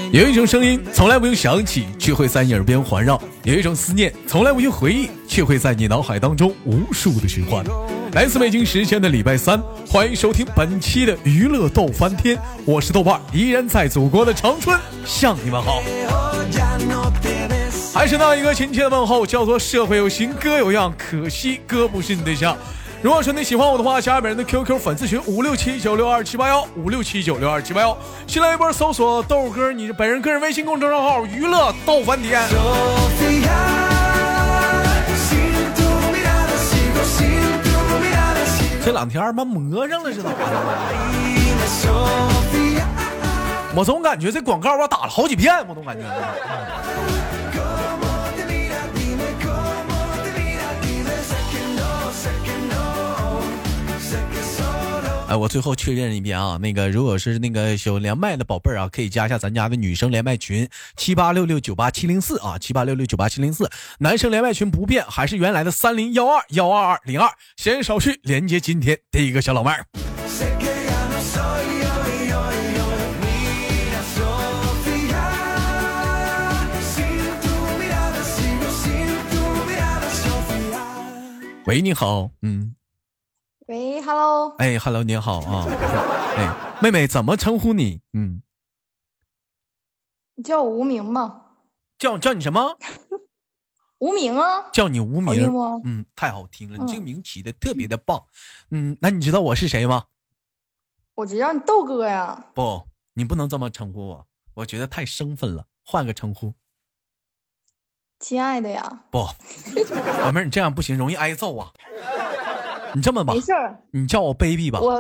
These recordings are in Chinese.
有一种声音从来不用想起，却会在你耳边环绕；有一种思念从来不用回忆，却会在你脑海当中无数的循环。来自北京时间的礼拜三，欢迎收听本期的娱乐逗翻天，我是豆瓣，依然在祖国的长春向你们好。还是那一个亲切的问候，叫做社会有型哥有样，可惜哥不是你对象。如果说你喜欢我的话，加本人的 QQ 粉丝群567962781567962781，新来一波搜索豆哥你本人个人微信公众账号娱乐逗翻天。这两天妈磨上了是咋的？我总感觉这广告我打了好几遍，我总感觉。哎，我最后确认一遍啊，那个如果是那个有连麦的宝贝儿啊，可以加一下咱家的女生连麦群7866987704啊，7866987704。男生连麦群不变，还是原来的3012122202。先少去连接今天第一个小老妹儿。喂，你好， 喂 ，Hello， 哎 ，Hello， 你好啊，哎，妹妹怎么称呼你？ 你叫我无名吧？ 叫你什么？ 无名啊？ 叫你无名， 好听吗？ 太好听了，你这个名起的特别的棒。那你知道我是谁吗？ 我知道你豆哥呀。 不，你不能这么称呼我，我觉得太生分了，换个称呼。 亲爱的呀。 不，老妹儿，你这样不行，容易挨揍啊。你这么吧， 没事儿， 你叫我 baby 吧。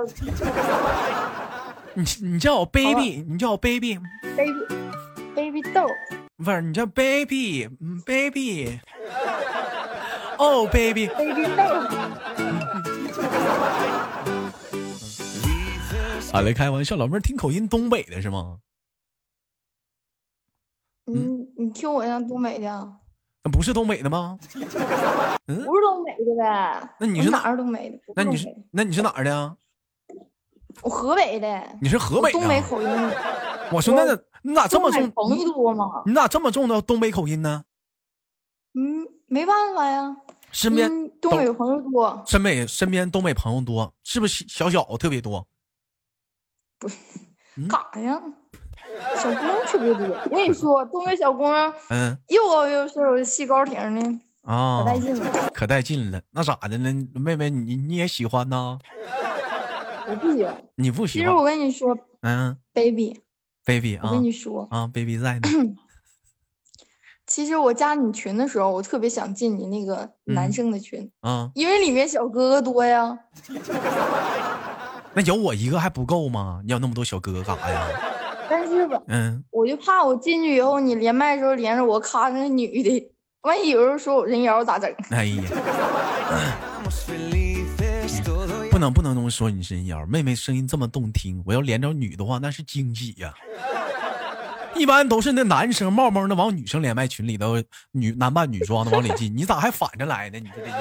你叫我 baby， 你叫我 baby 豆。 不是，你叫 baby，baby。哦 baby 豆。 好嘞，开玩笑，老妹儿听口音东北的是吗？ 你听我像东北的。 那不是东北的吗？ 不是东北的呗。 那你是哪儿东北的？ 那你是哪儿的呀？ 我河北的。 你是河北的？ 东北口音。 我说你咋这么重？ 朋友多吗？ 你咋这么重的东北口音呢？ 没办法呀。 身边东北朋友多。 身边东北朋友多，是不是小特别多？ 不是，干啥呀？小姑娘特别多，我跟你说，东北小姑娘，又高又瘦，细高挺的，可带劲了， 可带劲了。那咋的呢？妹妹，你也喜欢呢？ 我不喜欢， 你不喜欢？ 其实我跟你说，baby 啊， 我跟你说啊 ，baby 在呢。 其实我加你群的时候，我特别想进你那个男生的群，因为里面小哥哥多呀。 那有我一个还不够吗？你有那么多小哥哥干啥呀？ 但是吧，我就怕我进去以后，你连麦的时候连着我咔那个女的，万一有人说我人妖咋整？ 哎呀，不能这么说你是人妖，妹妹声音这么动听，我要连着女的话那是惊喜呀。一般都是那男生冒冒的往女生连麦群里头男扮女装的往里进，你咋还反着来呢？你这一天。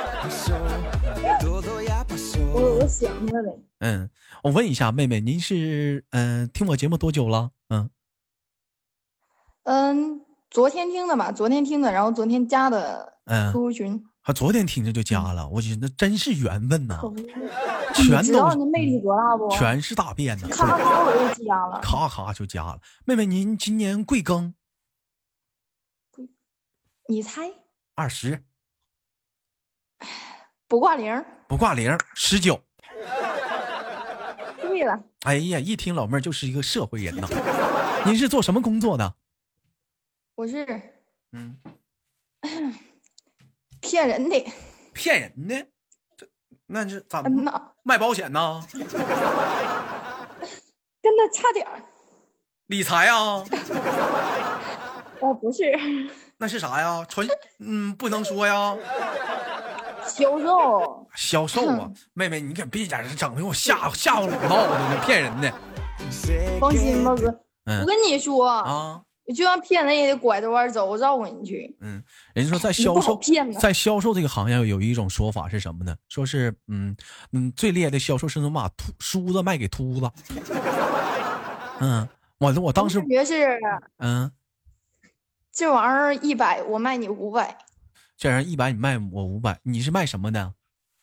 我想着嘞。 我问一下妹妹，您是听我节目多久了？ 昨天听的吧，然后昨天加的 QQ 群。 昨天听着就加了，我觉得真是缘分呐， 全知道你的魅力多大不？ 全是大便呐， 咔咔我就加了， 咔咔就加了。妹妹，您今年贵庚？ 你猜 ？20。 不挂零。 不挂零，19。 对了。 哎呀，一听老妹儿就是一个社会人呐。您是做什么工作的？ 我是骗人的。 骗人的？那是咋的？卖保险呢？跟他差点。 理财啊？ 不是。 那是啥呀？不能说呀。销售啊，妹妹，你可别在这整的我吓唬我闹的，骗人的。 放心吧哥，我跟你说啊，你就算骗人也得拐着弯走，我照顾你去。 人家说在销售这个行业有一种说法是什么呢？说是最烈的销售是能把梳子卖给秃子。 我当时感觉是，这玩意儿100，我卖你500。 这玩意儿100，你卖我500，你是卖什么的？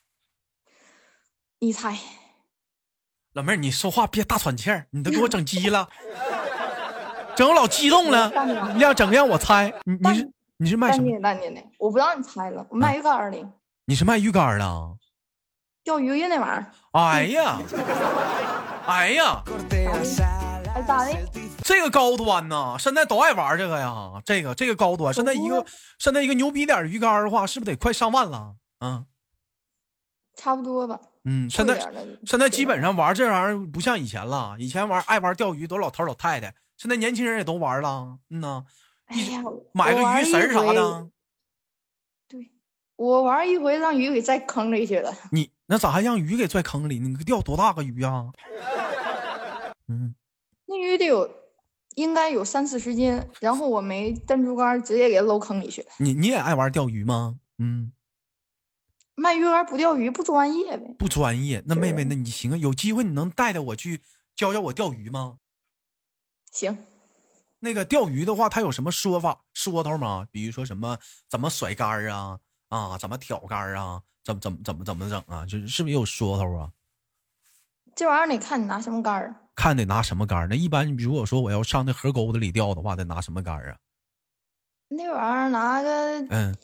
你猜。 老妹儿，你说话别大喘气儿，你都给我整急了，整我老激动了。你俩整让我猜，你是卖什么？ 淡定的，我不让你猜了，我卖鱼竿的。 你是卖鱼竿的？ 钓鱼的那玩意儿。 哎呀，哎呀， 咋的？ 这个高端呐，现在都爱玩这个呀。这个高端，现在一个牛逼点鱼竿的话，是不是得快上万了？ 差不多吧。 现在基本上玩这玩意儿不像以前了，以前爱玩钓鱼都老头老太太，现在年轻人也都玩了。买个鱼食啥的。 对，我玩一回让鱼给栽坑里去了。 你那咋还让鱼给拽坑里？你钓多大个鱼啊？ 那鱼应该有30-40斤，然后我没珍珠竿，直接给它搂坑里去了。 你也爱玩钓鱼吗？ 卖鱼竿不钓鱼，不专业呗。 不专业，那妹妹，那你行啊？有机会你能带我去教我钓鱼吗？ 行。 那个钓鱼的话，它有什么说头吗？比如说什么怎么甩竿怎么挑竿怎么整啊？是不是也有说头啊？ 这玩意儿得看你拿什么竿看得拿什么竿那一般，如果说我要上那河沟子里钓的话，得拿什么竿那玩意儿拿个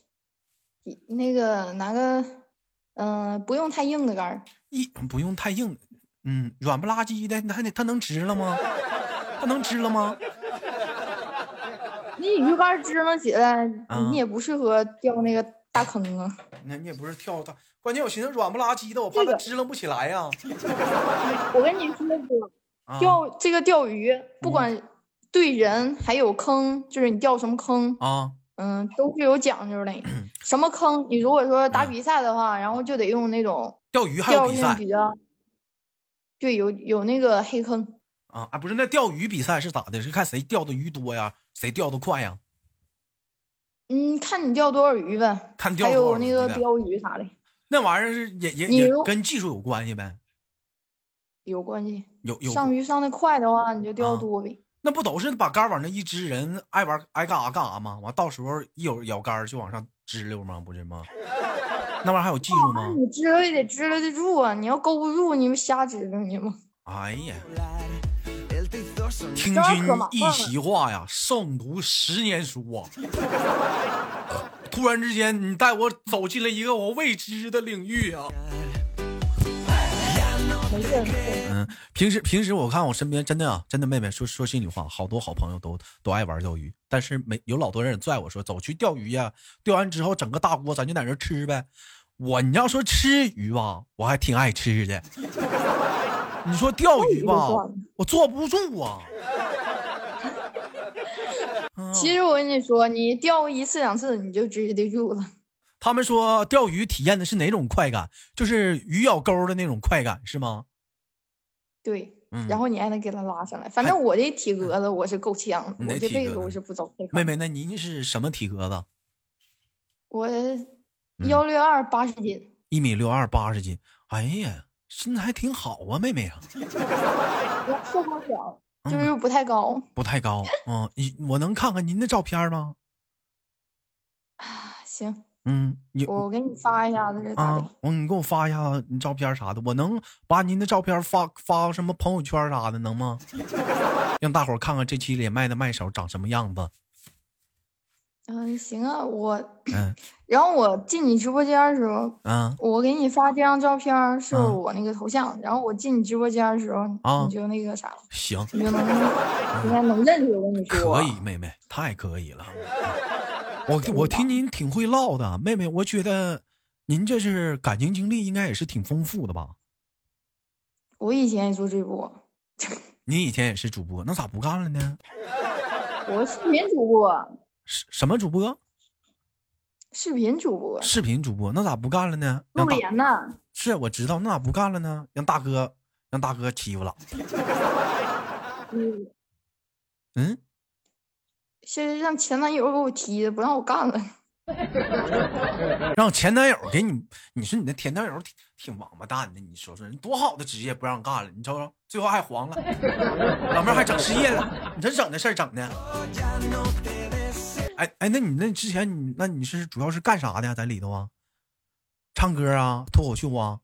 拿个不用太硬的竿不用太硬，软不拉几的，它能直了吗？它能直了吗？ 你鱼竿支棱起来，你也不适合钓那个大坑啊。 那你也不是跳大，关键我寻思软不拉几的，我怕它支棱不起来呀。 我跟你说哥，钓鱼，不管对人还有坑，就是你钓什么坑都是有讲究的。什么坑，你如果说打比赛的话，然后就得用那种钓鱼还有比赛比较，对，有那个黑坑。 不是，那钓鱼比赛是咋的？是看谁钓的鱼多呀，谁钓的快呀？ 看你钓多少鱼呗。 看钓多少鱼呗。 还有那个标鱼啥的。 那玩意儿是也跟技术有关系呗？ 有关系。 有上鱼上的快的话，你就钓多呗。 那不都是把竿往那一支，人爱玩爱干啥吗？完到时候一有咬竿就往上支溜吗？不是吗？那玩意儿还有技术吗？ 你支溜也得支溜得住啊！你要勾不住，你们瞎支溜你吗？ 哎呀！听君一席话呀，胜读10年书啊！突然之间，你带我走进了一个我未知的领域啊！平时我看我身边真的妹妹说心里话，好多好朋友都爱玩钓鱼，但是有老多人拽我说走去钓鱼呀，钓完之后整个大锅咱就在那吃呗。你要说吃鱼吧，我还挺爱吃的。你说钓鱼吧，我坐不住啊。 其实我跟你说，你钓1次2次你就支得住了。 他们说钓鱼体验的是哪种快感？就是鱼咬钩的那种快感是吗？ 对，然后你还能给它拉上来。反正我这体格子我是够呛，我这辈子我是不走这。 妹妹，那您是什么体格子？ 我162 80斤 ，1.62米80斤。哎呀，身材还挺好啊，妹妹啊。 我瘦高小，就是不太高。 不太高。我能看看您的照片吗？ 行。 我给你发一下子这咋的？ 你给我发一下你照片啥的，我能把您的照片发什么朋友圈啥的，能吗？让大伙儿看看这期连麦的麦手长什么样子。 行啊，然后我进你直播间的时候，我给你发这张照片是我那个头像，然后我进你直播间的时候，你就那个啥了。 行， 你就应该能认识我。跟你说， 可以，妹妹太可以了。我听您挺会唠的，妹妹，我觉得您这是感情经历应该也是挺丰富的吧？ 我以前也做直播。 你以前也是主播，那咋不干了呢？ 我视频主播。 什么主播？ 视频主播。 视频主播，那咋不干了呢？ 露脸呢？ 是我知道，那咋不干了呢？让大哥欺负了。 是让前男友给我踢的，不让我干了。 让前男友给你，你说你那前男友挺王八蛋的，你说说人多好的职业不让干了，你瞅瞅最后还黄了，老妹儿还整失业了，你这整的事儿整的。哎，那你那之前你是主要是干啥的呀？在里头啊？唱歌啊，脱口秀啊？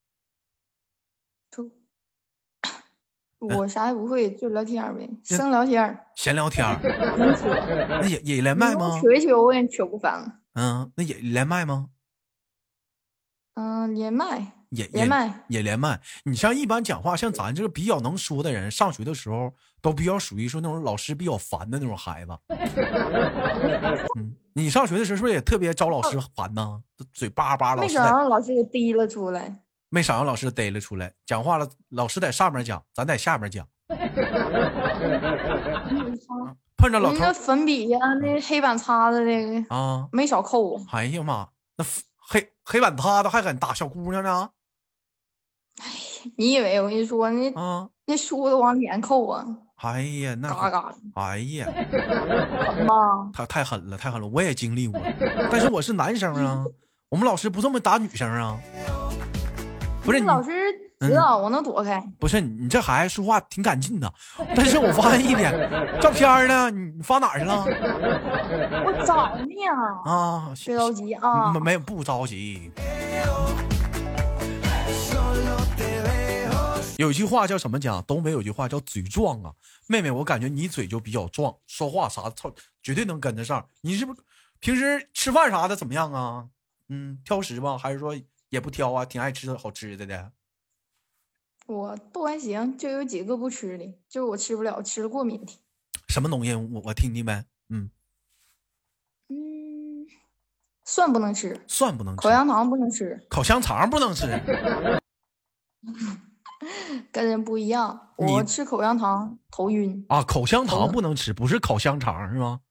我啥也不会，就聊天呗，生聊天， 闲聊天。那也连麦吗？ 扯一扯我也扯不烦。 那也连麦吗？ 连麦也连麦。你像一般讲话，像咱这个比较能说的人，上学的时候都比较属于说那种老师比较烦的那种孩子。你上学的时候是不是也特别招老师烦呢？嘴巴巴， 没想让老师给逮了出来。 没少让老师逮了出来，讲话了，老师在上面讲，咱在下面讲。碰着老头， 那粉笔呀，那黑板擦子那个啊， 没少扣。 哎呀妈，那黑板擦子还敢打小姑娘呢？ 哎，你以为我跟你说那书都往脸扣啊？ 哎呀，那嘎嘎， 哎呀， 狠吗？ 他太狠了，我也经历过，但是我是男生啊，我们老师不这么打女生啊。不是老师知道我能躲开。 不是你这孩子说话挺敢劲的，但是我发现一点，照片呢，你发哪儿去了？ 我找你啊！别着急啊， 没有不着急。有一句话叫什么讲？东北有句话叫嘴壮啊，妹妹，我感觉你嘴就比较壮，说话啥绝对能跟得上。你是不是平时吃饭啥的怎么样啊？挑食吧，还是说？也不挑啊，挺爱吃好吃的。 我都还行，就有几个不吃的，就是我吃不了，吃了过敏的。 什么东西？我听听呗。 蒜不能吃， 蒜不能吃， 口香糖不能吃， 口香糖不能吃。 跟人不一样，我吃口香糖头晕啊！口香糖不能吃，不是口香肠是吗？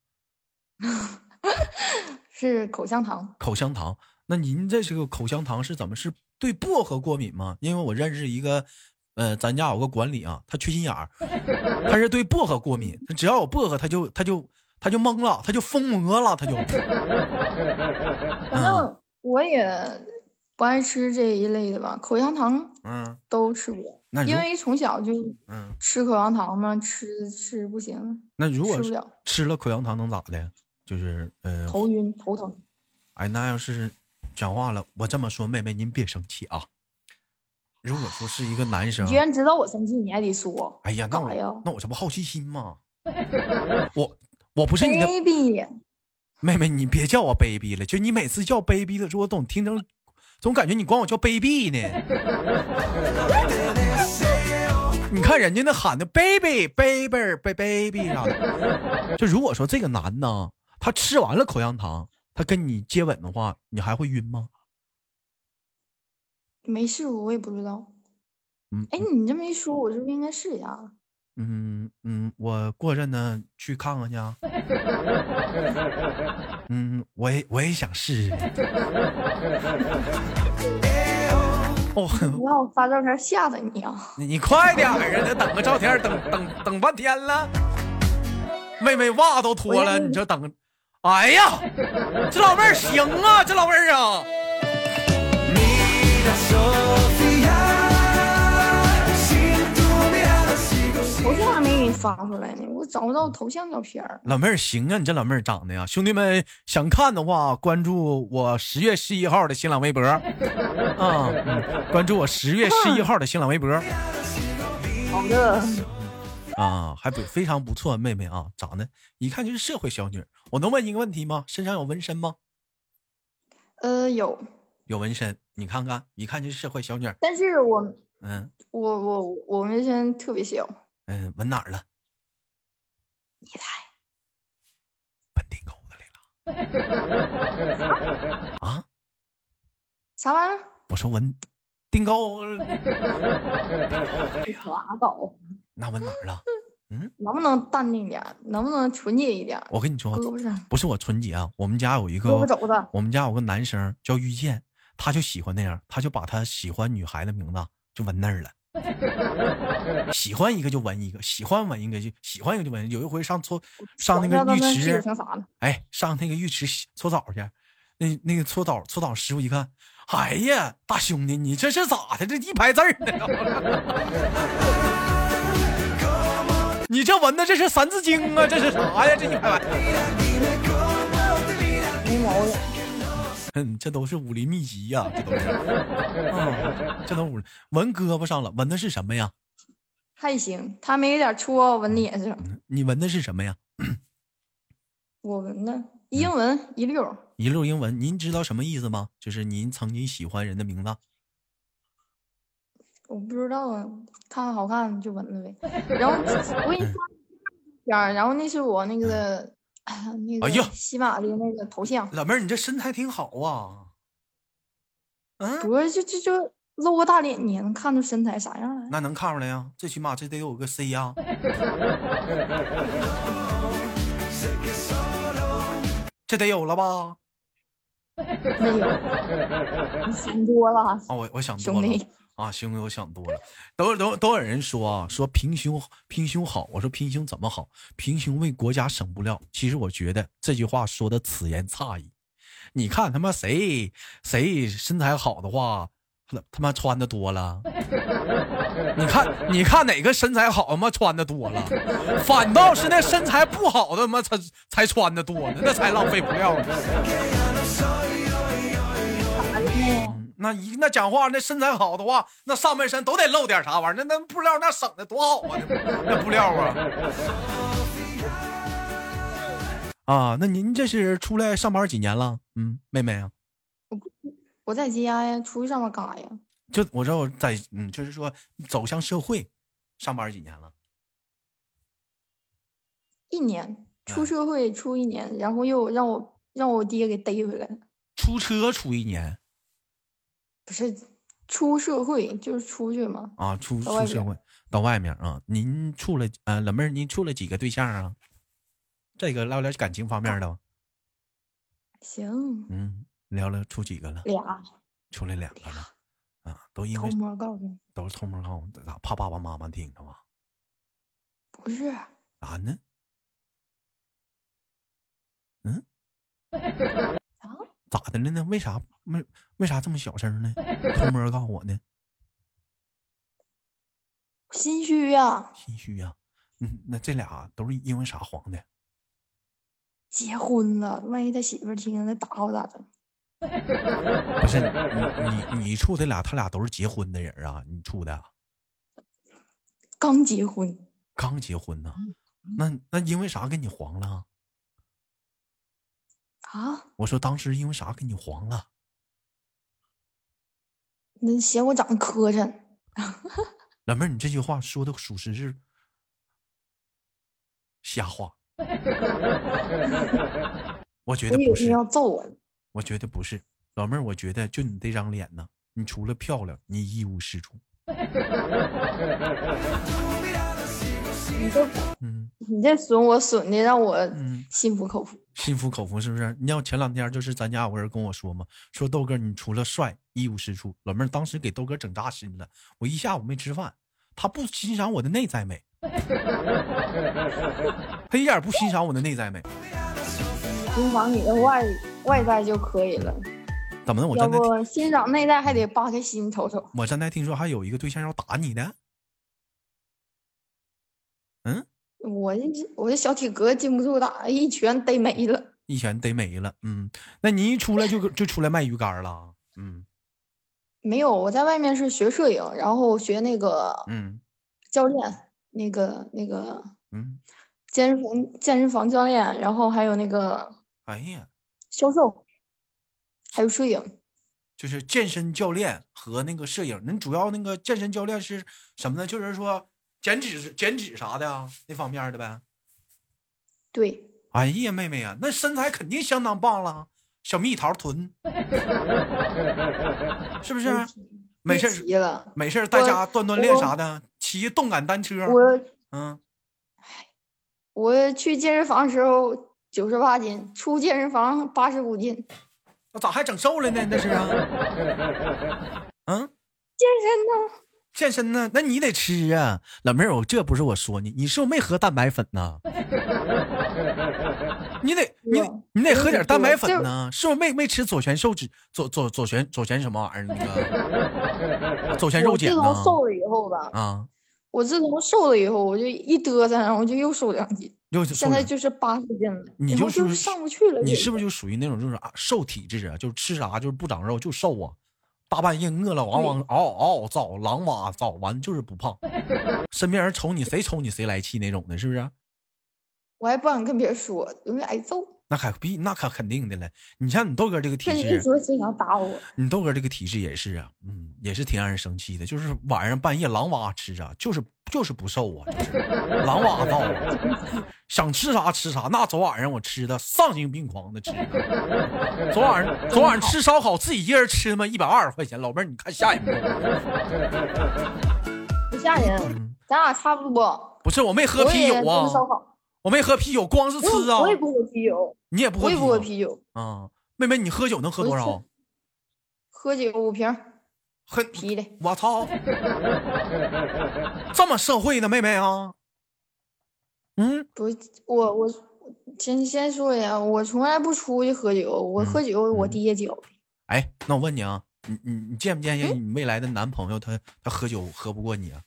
是口香糖。 口香糖。那您这个口香糖是怎么是对薄荷过敏吗？因为我认识一个，咱家有个管理啊，他缺心眼儿，他是对薄荷过敏，只要有薄荷他就懵了，他就疯魔了，他就。 反正我也不爱吃这一类的吧，口香糖都吃不了，因为从小就吃口香糖嘛，吃不行。 那如果吃不了吃了口香糖能咋的？就是头晕头疼。 哎，那要是。讲话了，我这么说，妹妹您别生气啊。如果说是一个男生， 你居然知道我生气，你还得说。 哎呀，那我这不好奇心吗？我不是你的 baby， 妹妹，你别叫我 baby 了，就你每次叫 baby 的时候，我总听成，总感觉你管我叫 baby 呢。你看人家那喊的 baby baby 啥的，就如果说这个男的他吃完了口香糖。他跟你接吻的话，你还会晕吗？ 没试过，我也不知道。哎，你这么一说，我是不是应该试一下？ 我过阵呢去看看去啊。我也想试。 不要发照片吓死你啊！ 你快点啊！等个照片，等半天了。妹妹袜都脱了，你这等。哎呀，这老妹儿行啊，这老妹儿啊！ 头像还没给你发出来呢，我找不到头像照片。 老妹儿行啊，你这老妹儿长得呀，兄弟们想看的话，关注我10月11号的新浪微博关注我10月11号的新浪微博。 好的。 还非常不错，妹妹啊，长得一看就是社会小女。我能问一个问题吗？身上有纹身吗？ 有纹身，你看看，一看就是社会小女。 但是我纹身特别小。 纹哪儿了？ 你猜？ 纹腚沟子里了。啊？ 啥玩意儿？ 我说纹腚沟。 拉倒。 那纹哪儿了？ 能不能淡定点？能不能纯洁一点？ 我跟你说，不是我纯洁啊。我们家有一个我们家有个男生叫遇见，他就喜欢那样，他就把他喜欢女孩的名字就纹那儿了。喜欢一个就纹一个，喜欢纹一个就喜纹。有一回上那个浴池，上那个浴池搓澡去， 那个搓澡师傅一看，哎呀，大兄弟，你这是咋的？这一排字儿呢？你这纹的这是三字经啊？这是啥呀？这一排没毛病。这都是武林秘籍呀，这都是。这都纹胳膊上了，纹的是什么呀？ 还行，他没点戳纹脸上。 你纹的是什么呀？ 我纹的英文一溜英文。您知道什么意思吗？就是您曾经喜欢人的名字。 我不知道啊，看好看就纹了呗。然后我给你发然后那是我那个那个喜马的那个头像。 老妹儿，你这身材挺好啊。 不是，就露个大脸，你能看出身材啥样来？ 那能看出来呀，最起码这得有个 C 呀。这得有了吧？ 没有，你想多了。 啊，我想多了啊，兄弟，我想多了。都有人说啊，说平胸好。我说平胸怎么好？平胸为国家省布料。其实我觉得这句话说的此言差矣。你看他妈谁身材好的话，他妈穿的多了。你看哪个身材好他妈穿的多了？反倒是那身材不好的他妈才穿的多呢，那才浪费布料呢。那讲话那身材好的话，那上半身都得露点啥玩意儿？那布料那省的多好啊！那布料啊，那您这是出来上班几年了？妹妹啊， 我在家呀，出去上班干啥呀？ 就我知道在就是说走向社会，上班几年了 ？1年，出社会出1年，然后又让我爹给逮回来了。 出车出1年。 不是出社会就是出去嘛？ 啊，出社会到外面啊。您处了老妹儿，您处了几个对象啊？这个聊聊感情方面的。 行。 聊聊处几个了 ？2。 出来2个了啊，都因为偷摸告诉你， 都是偷摸告诉你，咋怕爸爸妈妈听着吗？ 不是。 咋呢？咋的了呢？为啥这么小声呢？偷摸告诉我呢？ 心虚呀。 心虚呀。那这俩都是因为啥黄的？ 结婚了，万一他媳妇儿听了，那打我咋整？ 不是你处的俩，他俩都是结婚的人啊？你处的？ 刚结婚。 刚结婚呢？那因为啥跟你黄了？ 啊！ 我说当时因为啥跟你黄了？ 那嫌我长得磕碜。 老妹儿，你这句话说的属实是瞎话。我觉得不是。 要揍我。 我觉得不是，老妹儿，我觉得就你这张脸呢，你除了漂亮，你一无是处。 你这损我损的让我心服口服。 心服口服是不是？你要前2天就是咱家有人跟我说嘛，说豆哥你除了帅一无是处。老妹儿当时给豆哥整扎心了，我一下午没吃饭。他不欣赏我的内在美，他一点不欣赏我的内在美， 欣赏你的外在就可以了。 怎么的？ 要不欣赏内在还得扒开心瞅瞅。 我刚才听说还有一个对象要打你的。 我这小体格禁不住打，一拳逮没了。 那你一出来就出来卖鱼竿了？ 没有，我在外面是学摄影，然后学那个教练，那个健身房教练，然后还有那个销售，还有摄影。 就是健身教练和那个摄影。你主要那个健身教练是什么呢？就是说减脂啥的啊，那方面的呗。 对。 哎呀，妹妹呀，那身材肯定相当棒了，小蜜桃臀，是不是？没事在家锻炼啥的，骑动感单车。 我去健身房的时候98斤，出健身房85斤。 那咋还整瘦了呢？那是啊。健身呢？那你得吃啊，老妹儿，这不是我说你是不是没喝蛋白粉呢？ 你得喝点蛋白粉呢，是不是没吃左旋瘦脂左旋什么玩意儿那个左旋肉碱呢？ 我自从瘦了以后吧，我自从瘦了以后，我就一嘚瑟，然后我就又瘦2斤，现在就是80斤了， 你就是上不去了。 你是不是就属于那种就是瘦体质啊？就是吃啥就是不长肉就瘦啊？大半夜饿了，往嗷嗷造，狼哇造，完就是不胖。身边人瞅你，谁瞅你谁来气那种的，是不是？ 我还不敢跟别人说，容易挨揍。 那可肯定的了。你像你豆哥这个体质， 你说谁想打我？ 你豆哥这个体质也是啊，也是挺让人生气的。就是晚上半夜狼哇吃啊，就是不瘦啊，就是狼哇造啊，想吃啥吃啥。那昨晚上我吃的丧心病狂的吃，昨晚上吃烧烤自己一人吃嘛，120块钱。老妹儿，你看吓人不吓人？咱俩差不多。 不是，我没喝啤酒啊。我没喝啤酒，光是吃啊。 我也不喝啤酒， 你也不喝啤酒？ 我也不喝啤酒啊。妹妹，你喝酒能喝多少？ 喝酒5瓶， 喝啤的。 我操，这么社会的妹妹啊？ 不，我先说一下，我从来不出去喝酒，我喝酒我爹教的。 哎，那我问你啊，你介不介意你未来的男朋友他喝酒喝不过你啊？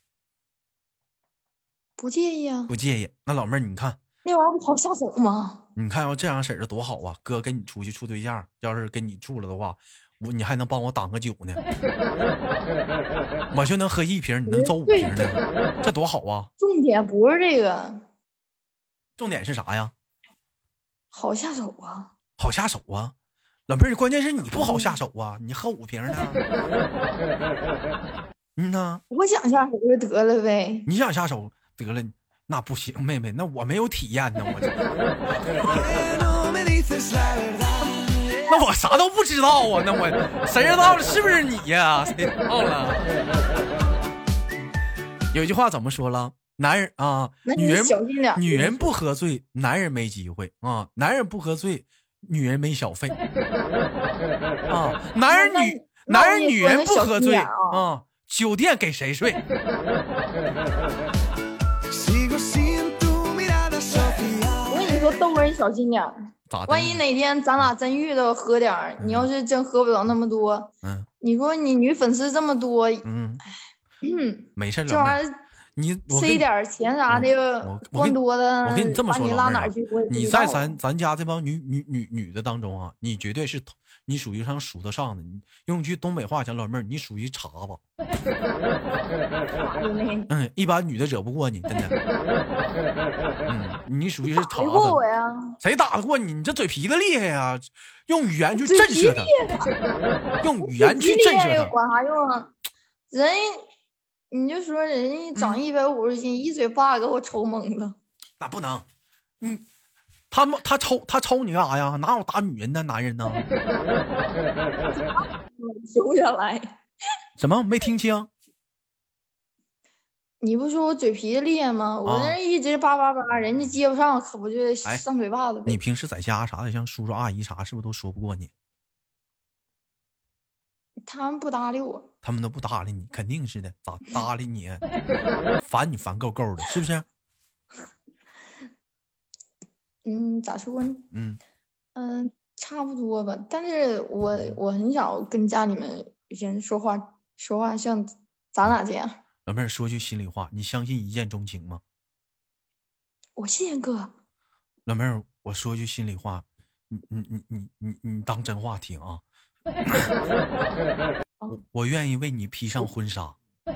不介意啊。 不介意。那老妹儿，你看。 那玩意儿不好下手吗？ 你看要这样式儿的多好啊！哥跟你出去处对象，要是跟你处了的话，你还能帮我挡个酒呢，我就能喝1瓶，你能走5瓶呢，这多好啊！ 重点不是这个， 重点是啥呀？ 好下手啊！ 好下手啊！老妹儿，关键是你不好下手啊！你喝5瓶呢？呐， 我想下手就得了呗。 你想下手得了。那不行，妹妹，那我没有体验呢，那我啥都不知道啊，那我谁知道了是不是你呀？谁知道了？有一句话怎么说了？男人啊，女人不喝醉，男人没机会啊；男人不喝醉，女人没小费啊；男人女人不喝醉啊，酒店给谁睡？ 我跟你说，豆哥你小心点，万一哪天咱俩真遇到喝点你要是真喝不了那么多，你说你女粉丝这么多， 没事， 这玩意儿你塞点钱啥的，灌多的， 我跟你这么说， 你拉哪去？ 你在咱家这帮女的当中啊，你绝对是你属于上数得上的。你用句东北话讲，老妹儿，你属于茶吧。一般女的惹不过你，真的。你属于是茶子。谁打得过你？你这嘴皮子厉害呀！用语言去震慑他。用语言去震慑他。 管啥用啊？人。你就说人家长150斤，一嘴巴给我抽懵了。 那不能，他抽你干啥呀？哪有打女人的男人呢？ 收下来。 什么？没听清？ 你不说我嘴皮子厉害吗？我那一直叭叭叭，人家接不上，可不就上嘴巴子呗。 你平时在家啥的，像叔叔阿姨啥，是不是都说不过你？ 他们不搭理我， 他们都不搭理你，肯定是的，咋搭理你？烦你烦够够的，是不是？ 咋说呢？差不多吧。但是我很少跟家里面人说话像咱俩这样。 老妹儿说句心里话，你相信一见钟情吗？ 我信哥。 老妹儿，我说句心里话，你当真话听啊。我愿意为你披上婚纱，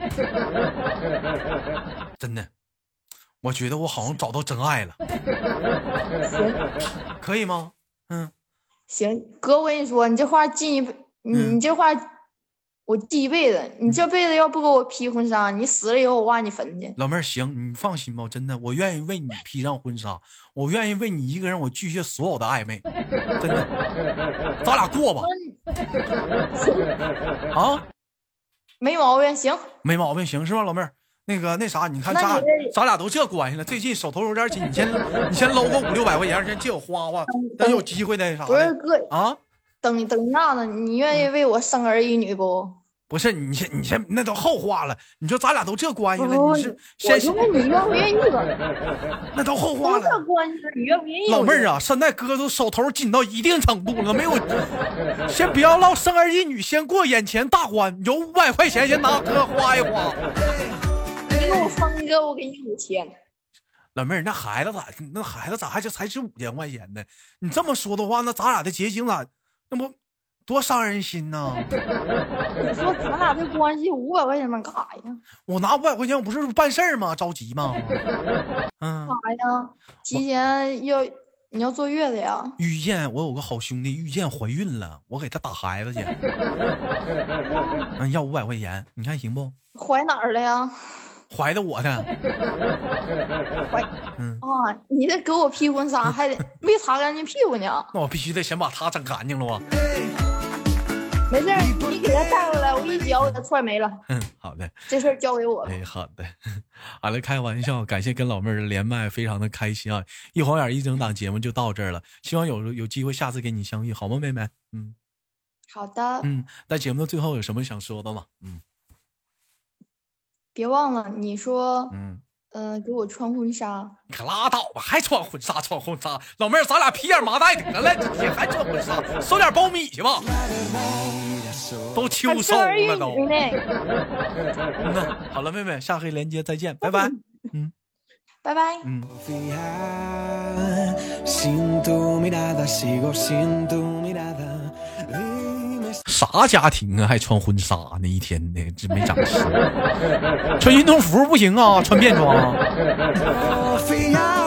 真的，我觉得我好像找到真爱了。可以吗？ 行，哥，我跟你说，你这话你这话我记一辈子。你这辈子要不给我披婚纱，你死了以后我挖你坟去。 老妹儿，行，你放心吧，真的，我愿意为你披上婚纱，我愿意为你一个人，我拒绝所有的暧昧，真的，咱俩过吧。啊，没毛病，行， 没毛病，行是吧，老妹儿？那啥，你看咱俩都这关系了，最近手头有点紧，你先搂个500-600块钱，先借我花花，等有机会那啥的。 不是哥啊， 等那呢？你愿意为我生儿育女不？ 不是你先那都后话了。你说咱俩都这关系了，你是先问你愿不愿意吧？ 那都后话了。 这关系你愿不愿意？ 老妹儿啊，现在哥都手头紧到一定程度了，没有，先不要唠生儿育女，先过眼前大关。有500块钱，先拿哥花一花。 你给我分个，我给你5000。 老妹儿，那孩子咋还才值5000块钱呢？你这么说的话，那咱俩的结晶咋那不多伤人心呢？ 你说咱俩这关系500块钱能干啥呀？ 我拿500块钱，我不是办事儿吗？着急吗？ 干啥呀？提前你要坐月子呀？ 遇见我有个好兄弟，遇见怀孕了，我给他打孩子去。要500块钱，你看行不？ 怀哪儿了呀？ 怀的我的。 你这给我披婚纱还得没擦干净屁股呢。 那我必须得先把他整干净了啊。 没事，你给他带回来，我一脚给他踹没了。 好的， 这事儿交给我了。 好的，好了，开玩笑，感谢跟老妹儿连麦，非常的开心啊！一晃眼一整档节目就到这儿了，希望有机会下次跟你相遇，好吗，妹妹？ 好的。 在节目的最后有什么想说的吗？ 别忘了你说，给我穿婚纱。 你可拉倒吧，还穿婚纱？老妹儿，咱俩皮眼麻袋得了，你还穿婚纱？收点苞米去吧。都秋收了都。好了，妹妹，下回连接再见，拜拜。 拜拜。 啥家庭啊，还穿婚纱呢？一天的这没长心。穿运动服不行啊，穿便装。